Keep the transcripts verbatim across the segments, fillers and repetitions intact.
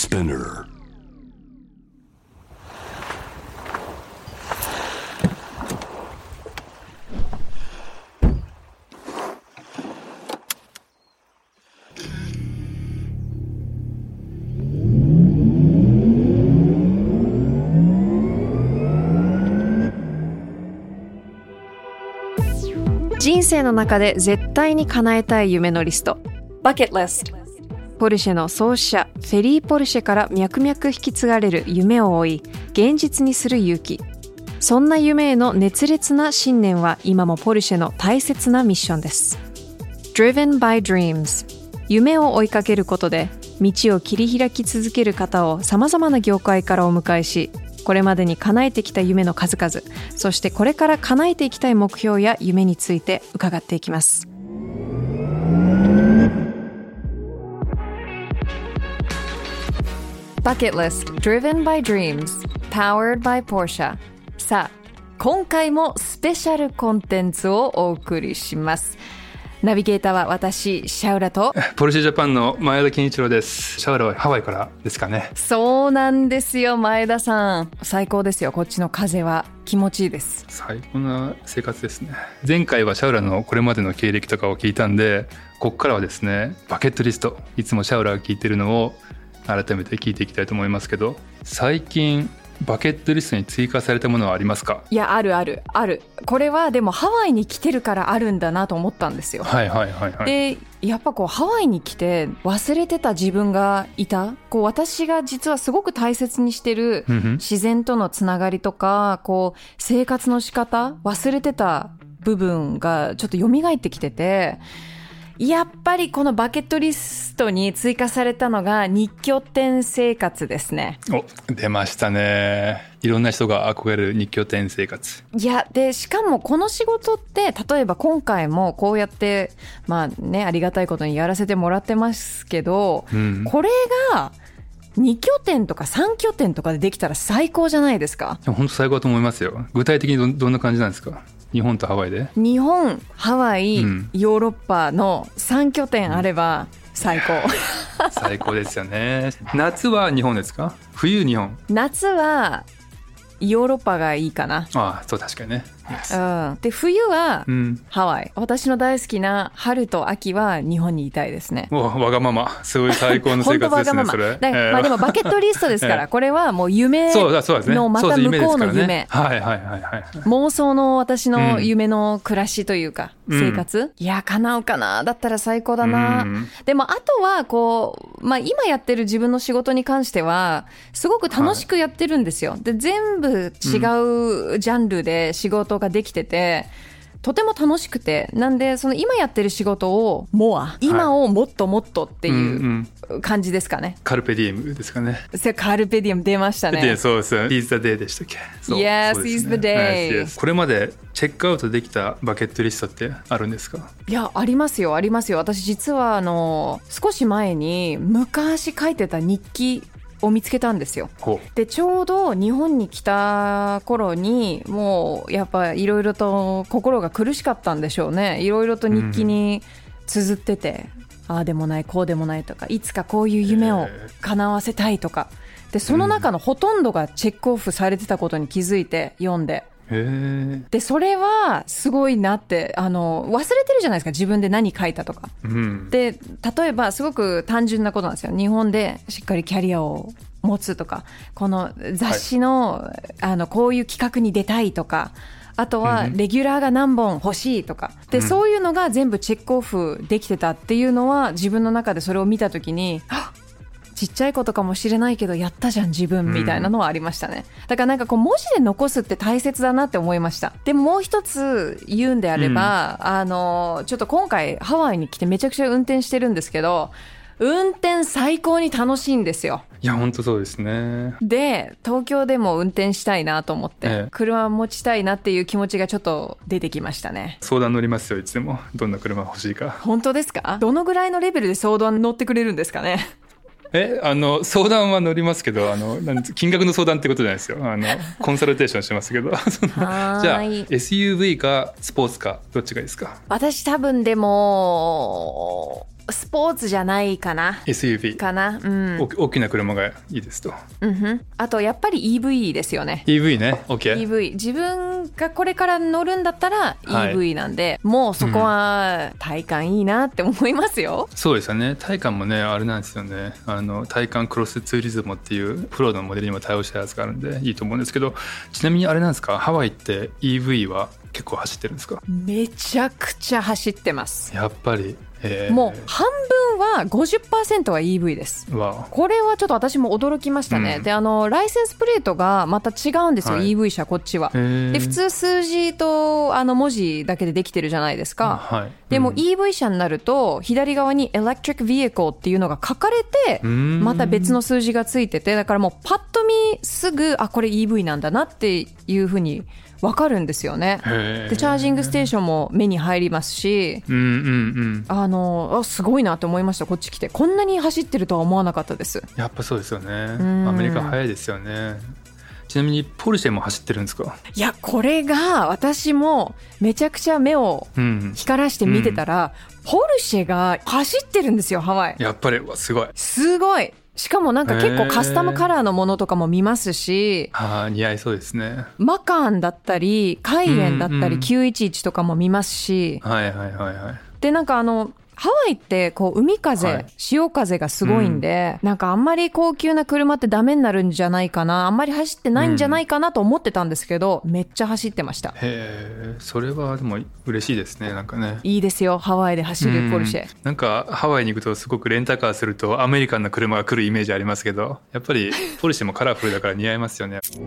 Spinner. 人生の中で絶対に叶えたい夢のリスト Bucket List。 ポルシェの創始者フェリー・ポルシェから脈々引き継がれる夢を追い現実にする勇気。そんな夢への熱烈な信念は今もポルシェの大切なミッションです。 Driven by Dreams。 夢を追いかけることで道を切り開き続ける方をさまざまな業界からお迎えし、これまでに叶えてきた夢の数々、そしてこれから叶えていきたい目標や夢について伺っていきます。Bucket List Driven by Dreams Powered by Porsche。 さあ、今回もスペシャルコンテンツをお送りします。ナビゲーターは私シャウラとポルシェジャパンの前田健一郎です。シャウラはハワイからですかね。 そうなんですよ、前田さん。最高ですよ、こっちの風は気持ちいいです。 最高な生活ですね。前回はシャウラのこれまでの経歴とかを聞いたんで、ここからはですね、バケットリスト、いつもシャウラが聞いてるのを改めて聞いていきたいと思いますけど、最近バケットリストに追加されたものはありますか？ いや、あるあるある。これはでもハワイに来てるからあるんだなと思ったんですよ。 はいはいはいはい。 で、やっぱこうハワイに来て忘れてた自分がいた。こう私が実はすごく大切にしてる自然とのつながりとか、こう生活の仕方、忘れてた部分がちょっと蘇ってきてて、やっぱりこのバケットリストに追加されたのが日拠点生活ですね。 お、出ましたね。いろんな人が憧れる日拠点生活。 いや、でしかもこの仕事って例えば今回もこうやってまあね、ありがたいことにやらせてもらってますけど、うん、これがに拠点とかさん拠点とかでできたら最高じゃないですか。 本当最高だと思いますよ。具体的に ど, どんな感じなんですか？日本とハワイで。 日本、ハワイ、うん、ヨーロッパのさん拠点あれば最高。 最高ですよね。夏は日本ですか？冬日本？ 夏はヨーロッパがいいかな。 ああ、そう、確かにね。 うん、で冬はハワイ、うん、私の大好きな春と秋は日本にいたいですね。 お、わがまま、すごい最高の生活ですね。それだ、 えーまあ、でもバケットリストですから、えー、これはもう夢のまた向こうの夢、 ね、はいはいはいはい、 妄想の私の夢の暮らしというか、うん、生活、いや叶うかな、だったら最高だな、うん、でもあとはこう、まあ、今やってる自分の仕事に関してはすごく楽しくやってるんですよ、はい、で全部違うジャンルで仕事ができてて、とても楽しくて、なんでその今やってる仕事をモア、今をもっともっとっていう感じですかね、はい、うんうん、 カルペディエムですかね。 カルペディエム出ましたね。 そうです。 Seize the day でしたっけ？ Yes, Seize the day、 yes, yes。 これまでチェックアウトできたバケットリストってあるんですか？ いや、ありますよありますよ。私実はあの少し前に昔書いてた日記を見つけたんですよ。でちょうど日本に来た頃にもうやっぱいろいろと心が苦しかったんでしょうね。いろいろと日記に綴ってて、うん、ああでもないこうでもないとか、いつかこういう夢を叶わせたいとかで、その中のほとんどがチェックオフされてたことに気づいて読んで、へでそれはすごいなって、あの忘れてるじゃないですか、自分で何書いたとか、うん、で例えばすごく単純なことなんですよ。日本でしっかりキャリアを持つとか、この雑誌 の,、はい、あのこういう企画に出たいとか、あとはレギュラーが何本欲しいとかで、うん、そういうのが全部チェックオフできてたっていうのは、自分の中でそれを見たときに、ちっちゃいことかもしれないけどやったじゃん自分みたいなのはありましたね、うん、だからなんかこう文字で残すって大切だなって思いました。でももう一つ言うんであれば、うん、あのちょっと今回ハワイに来てめちゃくちゃ運転してるんですけど、運転最高に楽しいんですよ。 いや本当そうですね。 で東京でも運転したいなと思って、ええ、車持ちたいなっていう気持ちがちょっと出てきましたね。 相談乗りますよ、いつでも。どんな車欲しいか。 本当ですか？どのぐらいのレベルで相談乗ってくれるんですかね？ えあの相談は乗りますけど、あの金額の相談ってことじゃないですよ。あのコンサルテーションしてますけどそのじゃあ エスユーブイ かスポーツかどっちがいいですか？ 私多分でもスポーツじゃないかな。 エスユーブイかな、うん、 お大きな車がいいですと、 うんふん、あとやっぱり イーブイ ですよね。 イーブイ ね OK。 イーブイ 自分がこれから乗るんだったら イーブイ なんで、はい、もうそこは体感いいなって思いますよ、 うん、そうですよね。体感もねあれなんですよね。あの体感クロスツーリズムっていうプロのモデルにも対応したやつがあるんでいいと思うんですけど、ちなみにあれなんですか、ハワイって イーブイ は結構走ってるんですか？ めちゃくちゃ走ってます。 やっぱり、えー、 もう半分は ごじゅっパーセント は イーブイ です。これはちょっと私も驚きましたね、うん、であのライセンスプレートがまた違うんですよ、はい、イーブイ 車こっちは。で普通数字とあの文字だけでできてるじゃないですか、はい、うん、でも イーブイ 車になると左側に Electric Vehicle っていうのが書かれてまた別の数字がついてて、だからもうパッと見すぐあこれ イーブイ なんだなっていう風にわかるんですよね。でチャージングステーションも目に入りますし、うんうんうん、あのあすごいなと思いました。こっち来てこんなに走ってるとは思わなかったです。 やっぱそうですよね。アメリカ早いですよね。ちなみにポルシェも走ってるんですか？ いやこれが私もめちゃくちゃ目を光らして見てたら、うん、ポルシェが走ってるんですよハワイ。 やっぱりすごいすごい。しかもなんか結構カスタムカラーのものとかも見ますし、 あ似合いそうですね。 マカーンだったりカイエンだったりきゅういちいちとかも見ますし、 うんうん、はいはいはいはい。 でなんかあのハワイってこう海風、はい、潮風がすごいんで、うん、なんかあんまり高級な車ってダメになるんじゃないかな、あんまり走ってないんじゃないかなと思ってたんですけど、うん、めっちゃ走ってました。 へー、それはでも嬉しいですね。なんかねいいですよハワイで走るポルシェ、うん、 なんかハワイに行くとすごくレンタカーするとアメリカンな車が来るイメージありますけど、やっぱりポルシェもカラフルだから似合いますよね。シ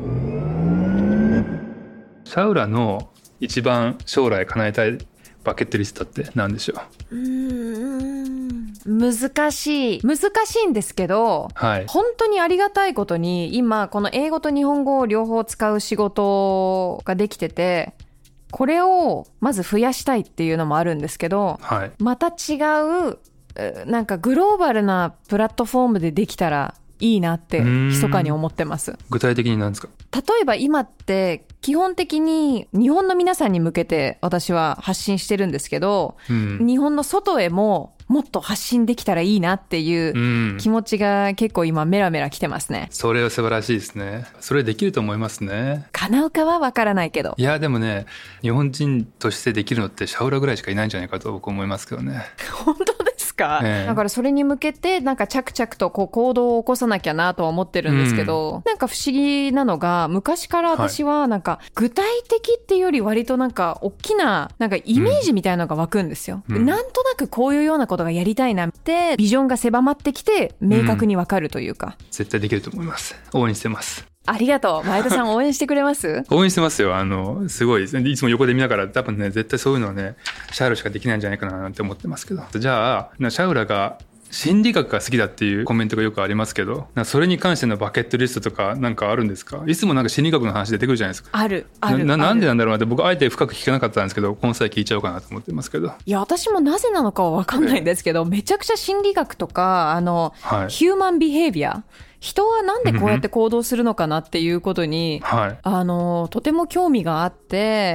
ャウラの一番将来叶えたいバケットリストって何でしょう？うーん難しい難しいんですけど、はい、本当にありがたいことに今この英語と日本語を両方使う仕事ができてて、これをまず増やしたいっていうのもあるんですけど、はい、また違うなんかグローバルなプラットフォームでできたらいいなって密かに思ってます。 具体的に何ですか？ 例えば今って基本的に日本の皆さんに向けて私は発信してるんですけど、うん、日本の外へももっと発信できたらいいなっていう気持ちが結構今メラメラ来てますね。 それは素晴らしいですね。それできると思いますね。 叶うかは分からないけど、 いやでもね日本人としてできるのってシャウラぐらいしかいないんじゃないかと僕思いますけどね。 本当ですか？ええ、だからそれに向けてなんか着々とこう行動を起こさなきゃなとは思ってるんですけど、うん、なんか不思議なのが昔から私はなんか具体的っていうより割となんか大きななんかイメージみたいなのが湧くんですよ、うん、なんとなくこういうようなことがやりたいなってビジョンが狭まってきて明確にわかるというか、 うん、絶対できると思います。応援してます。 ありがとう。前田さん応援してくれます？ 応援してますよ。あのすごいいつも横で見ながら多分ね絶対そういうのはねシャウラしかできないんじゃないかななんて思ってますけど、じゃあシャウラが心理学が好きだっていうコメントがよくありますけど、それに関してのバケットリストとかなんかあるんですか？いつもなんか心理学の話出てくるじゃないですか。 あるある。 な, なんでなんだろうなって、僕あえて深く聞かなかったんですけどこの際聞いちゃおうかなと思ってますけど。 いや私もなぜなのかは分かんないんですけど、めちゃくちゃ心理学とかあの、はい、ヒューマンビヘイビア、人はなんでこうやって行動するのかなっていうことに、はい、あのとても興味があって、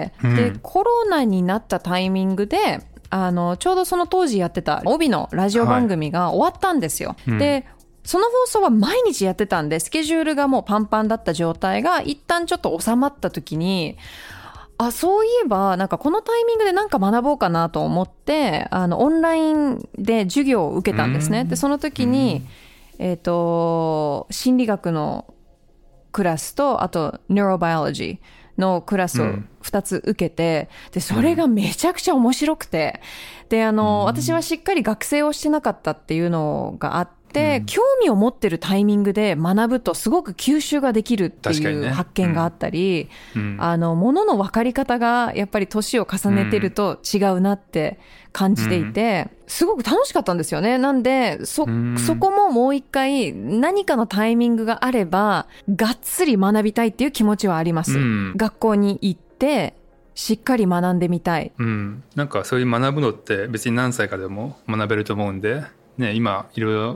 うん、でコロナになったタイミングであのちょうどその当時やってた帯のラジオ番組が終わったんですよ、はい、でその放送は毎日やってたんでスケジュールがもうパンパンだった状態が一旦ちょっと収まった時に、あそういえばなんかこのタイミングでなんか学ぼうかなと思ってあのオンラインで授業を受けたんですね。でその時にえーと心理学のクラスとあとニューロバイオロジーのクラスをふたつ受けて、でそれがめちゃくちゃ面白くて、であの私はしっかり学生をしてなかったっていうのがあって、興味を持ってるタイミングで学ぶとすごく吸収ができるっていう発見があったり、あの物の分かり方がやっぱり年を重ねてると違うなって感じていて、すごく楽しかったんですよね。なんで そ, そこももう一回何かのタイミングがあればがっつり学びたいっていう気持ちはあります、うん、学校に行ってしっかり学んでみたい、 うん、なんかそういう学ぶのって別に何歳かでも学べると思うんで、ね、今いろいろ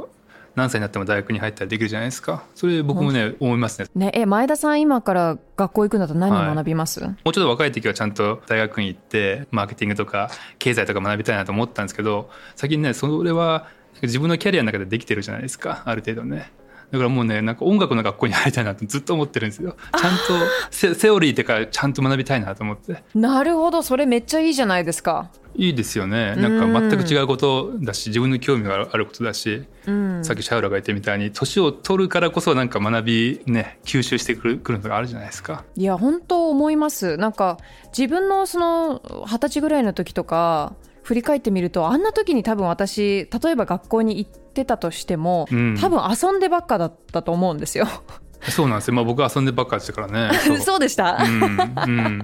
何歳になっても大学に入ったりできるじゃないですか。それ僕もね思いますね。 ねえ前田さん今から学校行くんだったら何を学びます？はい、 もうちょっと若い時はちゃんと大学に行ってマーケティングとか経済とか学びたいなと思ったんですけど、最近ねそれは自分のキャリアの中でできてるじゃないですか、ある程度ね。だからもうねなんか音楽の学校に入りたいなってずっと思ってるんですよ。ちゃんと セ, セオリーってかちゃんと学びたいなと思って。 なるほど、それめっちゃいいじゃないですか。 いいですよね。なんか全く違うことだし、自分の興味があることだし、うん、さっきシャウラが言ったみたいに年を取るからこそなんか学びね吸収してくるくるのがあるじゃないですか。 いや本当思います。なんか自分のその二十歳ぐらいの時とか振り返ってみると、あんな時に多分私例えば学校に行ってたとしても、うん、多分遊んでばっかだったと思うんですよ。 そうなんですよ、まあ、僕は遊んでばっかでしたからね。 そう、そうでした、うんうん、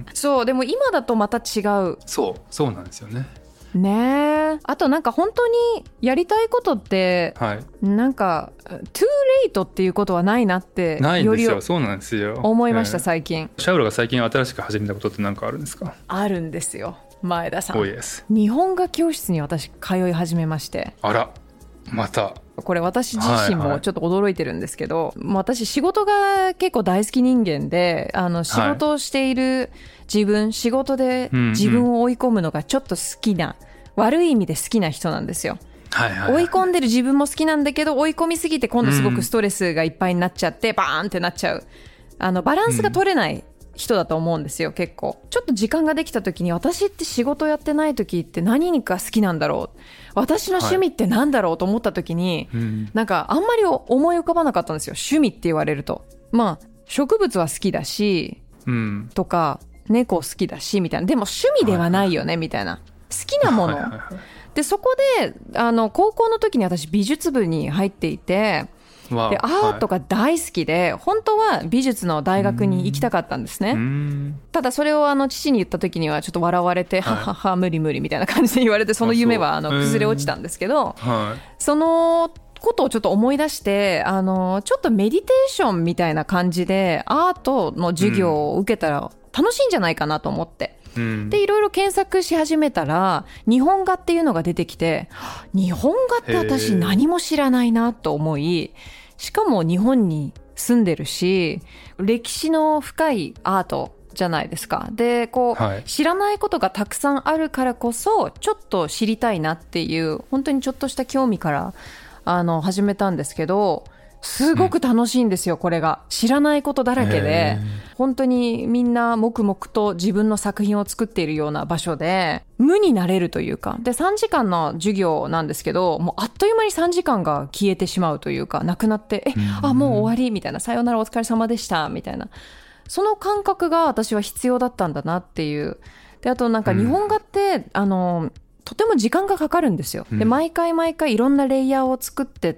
そうでも今だとまた違う。 そうそうなんですよね。 ねえ、あとなんか本当にやりたいことって、はい、なんかトゥーレイトっていうことはないなってないんですよ。そうなんですよ思いました、えー、最近。 シャウラが最近新しく始めたことって何かあるんですか？ あるんですよ前田さん。 oh, yes. 日本語教室に私通い始めまして。 あらまたこれ私自身もちょっと驚いてるんですけど、はいはい、私仕事が結構大好き人間で、あの仕事をしている自分、はい、仕事で自分を追い込むのがちょっと好きな、うんうん、悪い意味で好きな人なんですよ。はいはいはい、追い込んでる自分も好きなんだけど、追い込みすぎて今度すごくストレスがいっぱいになっちゃって、うん、バーンってなっちゃう、あのバランスが取れない人だと思うんですよ。結構ちょっと時間ができた時に、私って仕事やってない時って何が好きなんだろう、私の趣味ってなんだろうと思った時に、はい、なんかあんまり思い浮かばなかったんですよ。趣味って言われると、まあ植物は好きだし、うん、とか猫好きだしみたいな、でも趣味ではないよね、はいはい、みたいな好きなもの、はいはいはい、でそこであの高校の時に私美術部に入っていて、でアートが大好きで、はい、本当は美術の大学に行きたかったんですね。ただそれをあの父に言った時にはちょっと笑われて、はい、ははは無理無理みたいな感じで言われて、その夢はあの崩れ落ちたんですけど、はい、そのことをちょっと思い出して、あのちょっとメディテーションみたいな感じでアートの授業を受けたら楽しいんじゃないかなと思って、うん、でいろいろ検索し始めたら日本画っていうのが出てきて、日本画って私何も知らないなと思い、しかも日本に住んでるし歴史の深いアートじゃないですか。でこう、はい、知らないことがたくさんあるからこそちょっと知りたいなっていう本当にちょっとした興味からあの始めたんですけど、すごく楽しいんですよ、うん、これが知らないことだらけで、本当にみんな黙々と自分の作品を作っているような場所で無になれるというか、でさんじかんの授業なんですけど、もうあっという間にさんじかんが消えてしまうというか、なくなって、え、あ、もう終わりみたいな、さよならお疲れ様でしたみたいな、その感覚が私は必要だったんだなっていう。であとなんか日本画って、うん、あのとても時間がかかるんですよ。で毎回毎回いろんなレイヤーを作ってって、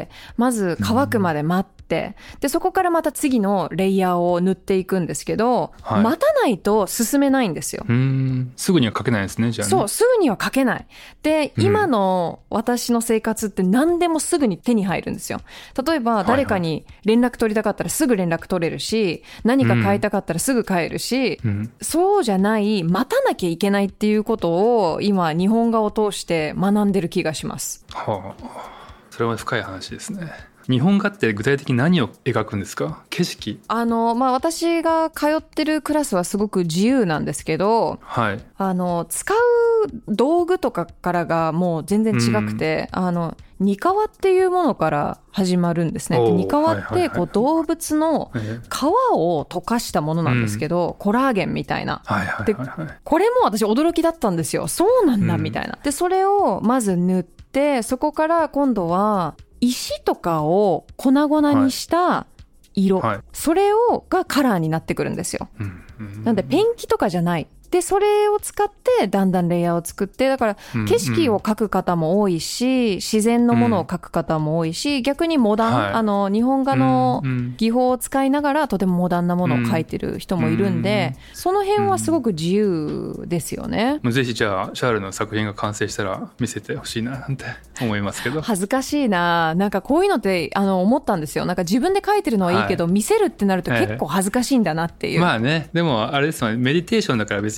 まず乾くまで待って、でそこからまた次のレイヤーを塗っていくんですけど、はい、待たないと進めないんですよ。うーん、 すぐには書けないですね、じゃあね。 そう、すぐには書けない。で今の私の生活って何でもすぐに手に入るんですよ。例えば誰かに連絡取りたかったらすぐ連絡取れるし、何か買いたかったらすぐ買えるし、うん、そうじゃない待たなきゃいけないっていうことを今日本画を通して学んでる気がします。 はあ、それは深い話ですね。日本画って具体的に何を描くんですか？景色？あの、まあ、私が通ってるクラスはすごく自由なんですけど、はい、あの使う道具とかからがもう全然違くて、うん、あのニカワっていうものから始まるんですね。でニカワってこう動物の皮を溶かしたものなんですけど、うん、コラーゲンみたいな、はいはいはいはい、でこれも私驚きだったんですよ。そうなんだみたいな、うん、でそれをまず塗って、そこから今度は石とかを粉々にした色、はいはい、それをがカラーになってくるんですよ、うんうん、なんでペンキとかじゃない。でそれを使ってだんだんレイヤーを作って、だから景色を描く方も多いし、うんうん、自然のものを描く方も多いし、逆にモダン、はい、あの日本画の技法を使いながらとてもモダンなものを描いてる人もいるんで、うん、その辺はすごく自由ですよね。 ぜひじゃあシャールの作品が完成したら見せてほしいななんて思いますけど。 恥ずかしいな。なんかこういうのってあの思ったんですよ。なんか自分で描いてるのはいいけど、はい、見せるってなると結構恥ずかしいんだなっていう、 まあね、でもあれですよね、メディテーションだから別に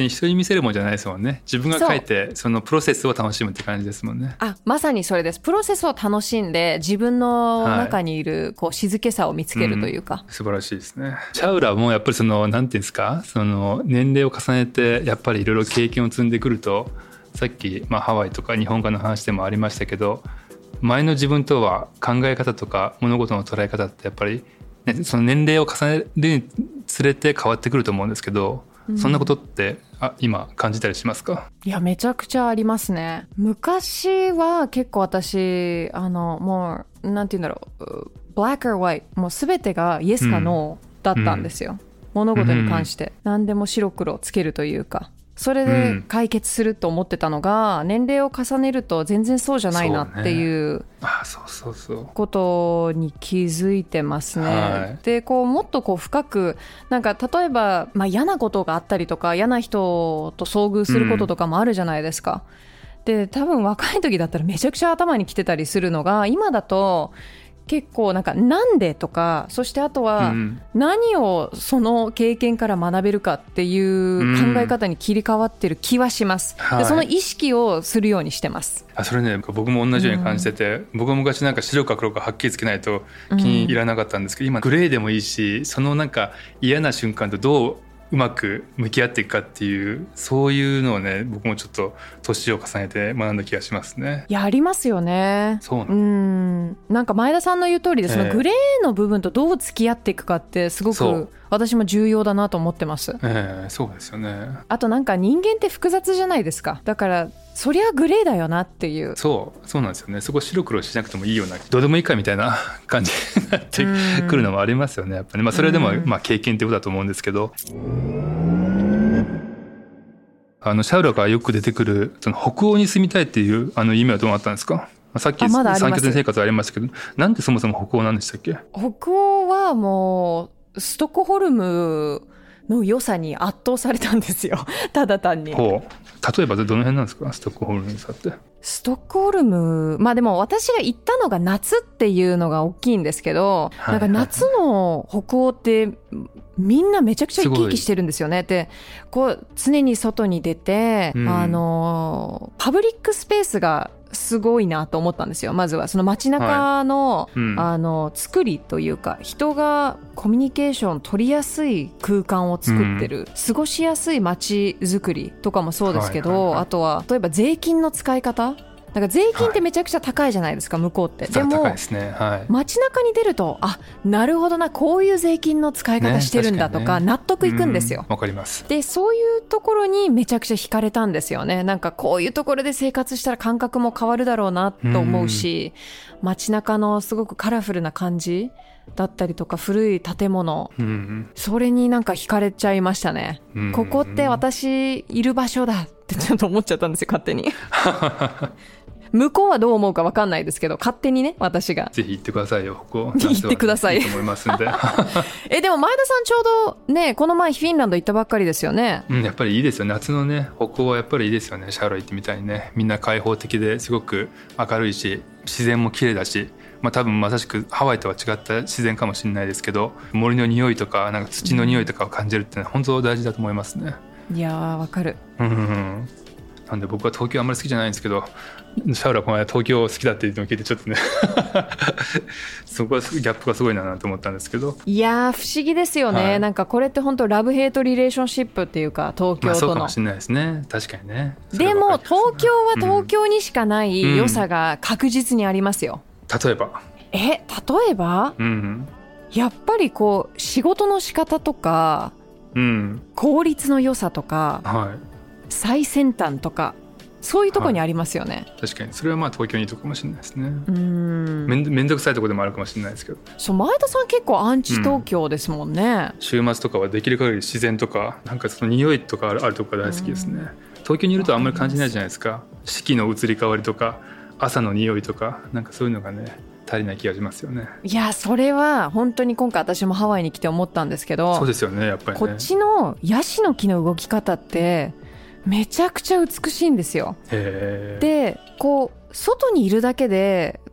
別に人に見せるもんじゃないですもんね。自分が書いてそのプロセスを楽しむって感じですもんね。 あ、まさにそれです。プロセスを楽しんで自分の中にいるこう静けさを見つけるというか、 はい、うん、素晴らしいですね。シャウラもやっぱりそのなんていうんですか、その年齢を重ねてやっぱりいろいろ経験を積んでくると、さっき、まあ、ハワイとか日本画の話でもありましたけど、前の自分とは考え方とか物事の捉え方ってやっぱり、ね、その年齢を重ねるにつれて変わってくると思うんですけど、うん、そんなことってあ今感じたりしますか？ いや、めちゃくちゃありますね。昔は結構私あのもうなんて言うんだろう、black or white、 もう全てが yes か no だったんですよ、うん、物事に関して、うん、何でも白黒つけるというか、それで解決すると思ってたのが、うん、年齢を重ねると全然そうじゃないなっていうことに気づいてますね。はい、でこうもっとこう深く、なんか例えば、まあ、嫌なことがあったりとか嫌な人と遭遇することとかもあるじゃないですか、うん、で多分若い時だったらめちゃくちゃ頭にきてたりするのが、今だと結構なんかなんでとか、そしてあとは何をその経験から学べるかっていう考え方に切り替わってる気はします、うん、でその意識をするようにしてます、 はい、あそれね僕も同じように感じてて、うん、僕は昔なんか白か黒かはっきりつけないと気に入らなかったんですけど、うん、今グレーでもいいし、そのなんか嫌な瞬間とどううまく向き合っていくかっていう、そういうのをね僕もちょっと年を重ねて学んだ気がしますね。 いやありますよね。 そうなん、 うん、なんか前田さんの言う通りで、そのグレーの部分とどう付き合っていくかってすごく私も重要だなと思ってます、 えー、そうですよね。 あとなんか人間って複雑じゃないですか。だからそりゃグレーだよなっていう。 そうそうなんですよね。そこ白黒しなくてもいいような、どうでもいいかみたいな感じになってくるのもありますよね、やっぱり、まあ、それでもまあ経験ってことだと思うんですけど、あのシャウラがよく出てくるその北欧に住みたいっていうあの夢はどうなったんですか？さっき三拠点生活ありましたけど、なんでそもそも北欧なんでしたっけ？ 北欧はもうストックホルムの良さに圧倒されたんですよただ単に。 ほう、例えばどの辺なんですか、ストックホルムの良さって。 ストックホルム、まあでも私が行ったのが夏っていうのが大きいんですけど、はいはいはい、なんか夏の北欧ってみんなめちゃくちゃ生き生きしてるんですよね。でこう常に外に出て、うん、あのパブリックスペースがすごいなと思ったんですよ。まずはその街中の、はい、うん、あの作りというか、人がコミュニケーション取りやすい空間を作ってる、うん、過ごしやすい街づくりとかもそうですけど、はいはいはい、あとは例えば税金の使い方、なんか税金ってめちゃくちゃ高いじゃないですか、はい、向こうって。でも、ね、はい、街中に出ると、あ、なるほどな、こういう税金の使い方してるんだとか、ね、納得いくんですよ。 わかります。 でそういうところにめちゃくちゃ惹かれたんですよね。なんかこういうところで生活したら感覚も変わるだろうなと思うし、うん、街中のすごくカラフルな感じだったりとか、古い建物、うん、それになんか惹かれちゃいましたね、うん、ここって私いる場所だってちょっと思っちゃったんですよ、勝手に向こうはどう思うか分かんないですけど、勝手にね、私が。 ぜひ行ってくださいよ、ここ。 行ってください。 いいと思いますんでえ、でも前田さんちょうどね、この前フィンランド行ったばっかりですよね。 うん、やっぱりいいですよ。夏のね、北欧はやっぱりいいですよね。シャウラ行ってみたいね。みんな開放的ですごく明るいし、自然も綺麗だし、まあ、多分まさしくハワイとは違った自然かもしれないですけど、森の匂いとか、なんか土の匂いとかを感じるってのは本当大事だと思いますね。 いやー、わかる。 うんうんうん。なんで僕は東京あんまり好きじゃないんですけど、シャウラこの間東京好きだっていうのを聞いてちょっとねそこはギャップがすごいなと思ったんですけど。 いやー、不思議ですよね、はい、なんかこれって本当ラブヘイトリレーションシップっていうか、東京との、まあ、そうかもしれないですね。確かにね。でも東京は東京にしかない良さが確実にありますよ、 うん、例えばえ例えば、うん、やっぱりこう仕事の仕方とか、うん、効率の良さとか、はい、最先端とか、そういうところにありますよね、 はい、確かにそれはまあ東京にいいとこかもしれないですね。うーん、めん、めんどくさいところでもあるかもしれないですけど。 そう、前田さん結構アンチ東京ですもんね、うん、 週末とかはできる限り自然とか、なんかその匂いとかあるところが大好きですね。東京にいるとあんまり感じないじゃないですか。四季の移り変わりとか朝の匂いとか、なんかそういうのがね足りない気がしますよね。 いや、それは本当に今回私もハワイに来て思ったんですけど。 そうですよね、やっぱりね。 こっちのヤシの木の動き方ってめちゃくちゃ美しいんですよ。へー。でこう外にいるだけで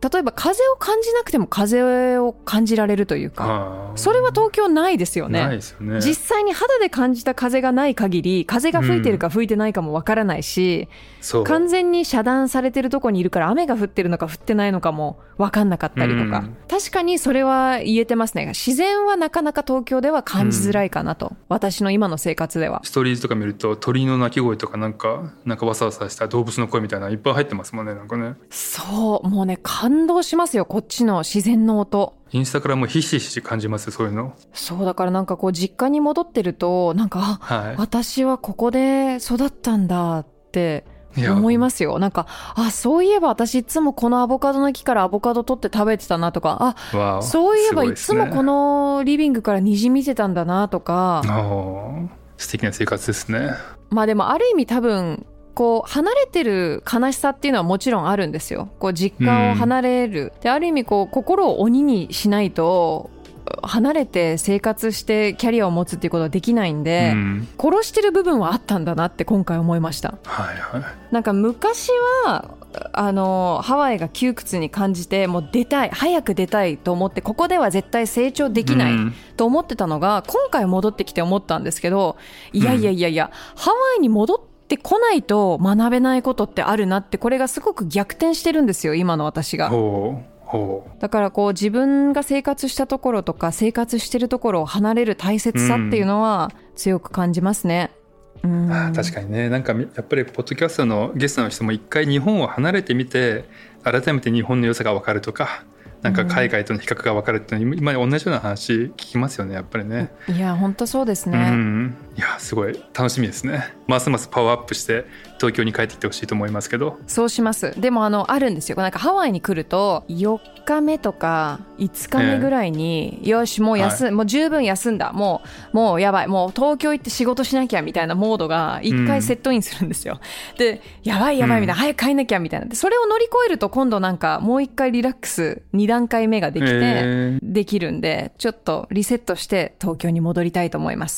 例えば風を感じなくても風を感じられるというか、それは東京ないですよね。 ないですよね。 実際に肌で感じた風がない限り風が吹いてるか吹いてないかもわからないし、うん、完全に遮断されてるとこにいるから雨が降ってるのか降ってないのかもわかんなかったりとか、うん、確かにそれは言えてますね。自然はなかなか東京では感じづらいかなと、うん、私の今の生活では。 ストーリーズとか見ると鳥の鳴き声とかなんかなんかわさわさした動物の声みたいなのいっぱい入ってますもんね。なんかね、 そうもうね感動しますよ、こっちの自然の音。 インスタからもうひしひし感じますよ、そういうの。 そうだからなんかこう実家に戻ってるとなんか、はい、私はここで育ったんだって思いますよ。なんかあそういえば私いつもこのアボカドの木からアボカド取って食べてたなとか、あそういえばいつもこのリビングから虹見てたんだなとか、 素敵な生活ですね。 まあでもある意味多分こう離れてる悲しさっていうのはもちろんあるんですよ。こう実家を離れる、うん、である意味こう心を鬼にしないと離れて生活してキャリアを持つっていうことはできないんで、うん、殺してる部分はあったんだなって今回思いました、 はいはい、 なんか昔はあのハワイが窮屈に感じてもう出たい早く出たいと思ってここでは絶対成長できないと思ってたのが、うん、今回戻ってきて思ったんですけど、いやいやいやいや、うん、ハワイに戻ってこないと学べないことってあるなって、これがすごく逆転してるんですよ今の私が。 ほうだからこう自分が生活したところとか生活してるところを離れる大切さっていうのは強く感じますね、 うんうん、あ確かにね。なんかやっぱりポッドキャストのゲストの人も一回日本を離れてみて改めて日本の良さが分かるとか、なんか海外との比較が分かるっていうのは今同じような話聞きますよね、やっぱりね。 いや本当そうですね、 うん、いやすごい楽しみですね。ますますパワーアップして東京に帰ってきてほしいと思いますけど。 そうします。でもあのあるんですよ、なんかハワイに来るとよっかめとかいつかめぐらいに、えー、よしもう休、はい、もう十分休んだ、もうもうやばい、もう東京行って仕事しなきゃみたいなモードが一回セットインするんですよ、うん、でやばいやばいみたいな、うん、早く帰んなきゃみたいな。でそれを乗り越えると今度なんかもう一回リラックスに段階目ができて、えー、できるんでちょっとリセットして東京に戻りたいと思います。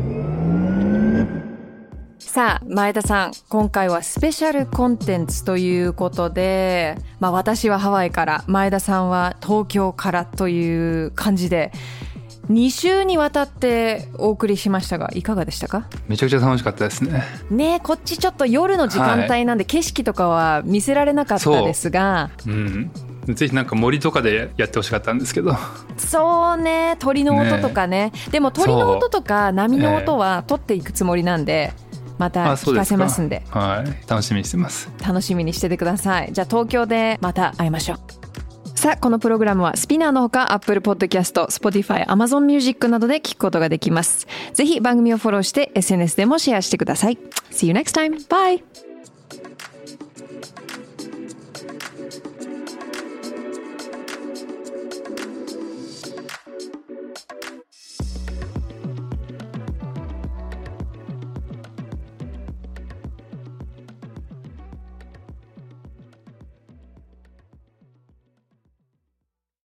さあ前田さん、今回はスペシャルコンテンツということで、まあ、私はハワイから前田さんは東京からという感じでに週にわたってお送りしましたがいかがでしたか？ めちゃくちゃ楽しかったですね。 ね、こっちちょっと夜の時間帯なんで、はい、景色とかは見せられなかったですが、 そう、うん、ぜひなんか森とかでやってほしかったんですけど。 そうね、鳥の音とか ね, ねでも鳥の音とか波の音は取っていくつもりなんで、えーまた聞かせますんで、 はい、楽しみにしてます。 楽しみにしててください。じゃあ東京でまた会いましょう。さあこのプログラムはスピナーのほか Apple Podcast、Spotify、Amazon Music などで聞くことができます。ぜひ番組をフォローして エスエヌエス でもシェアしてください。See you next time. Bye!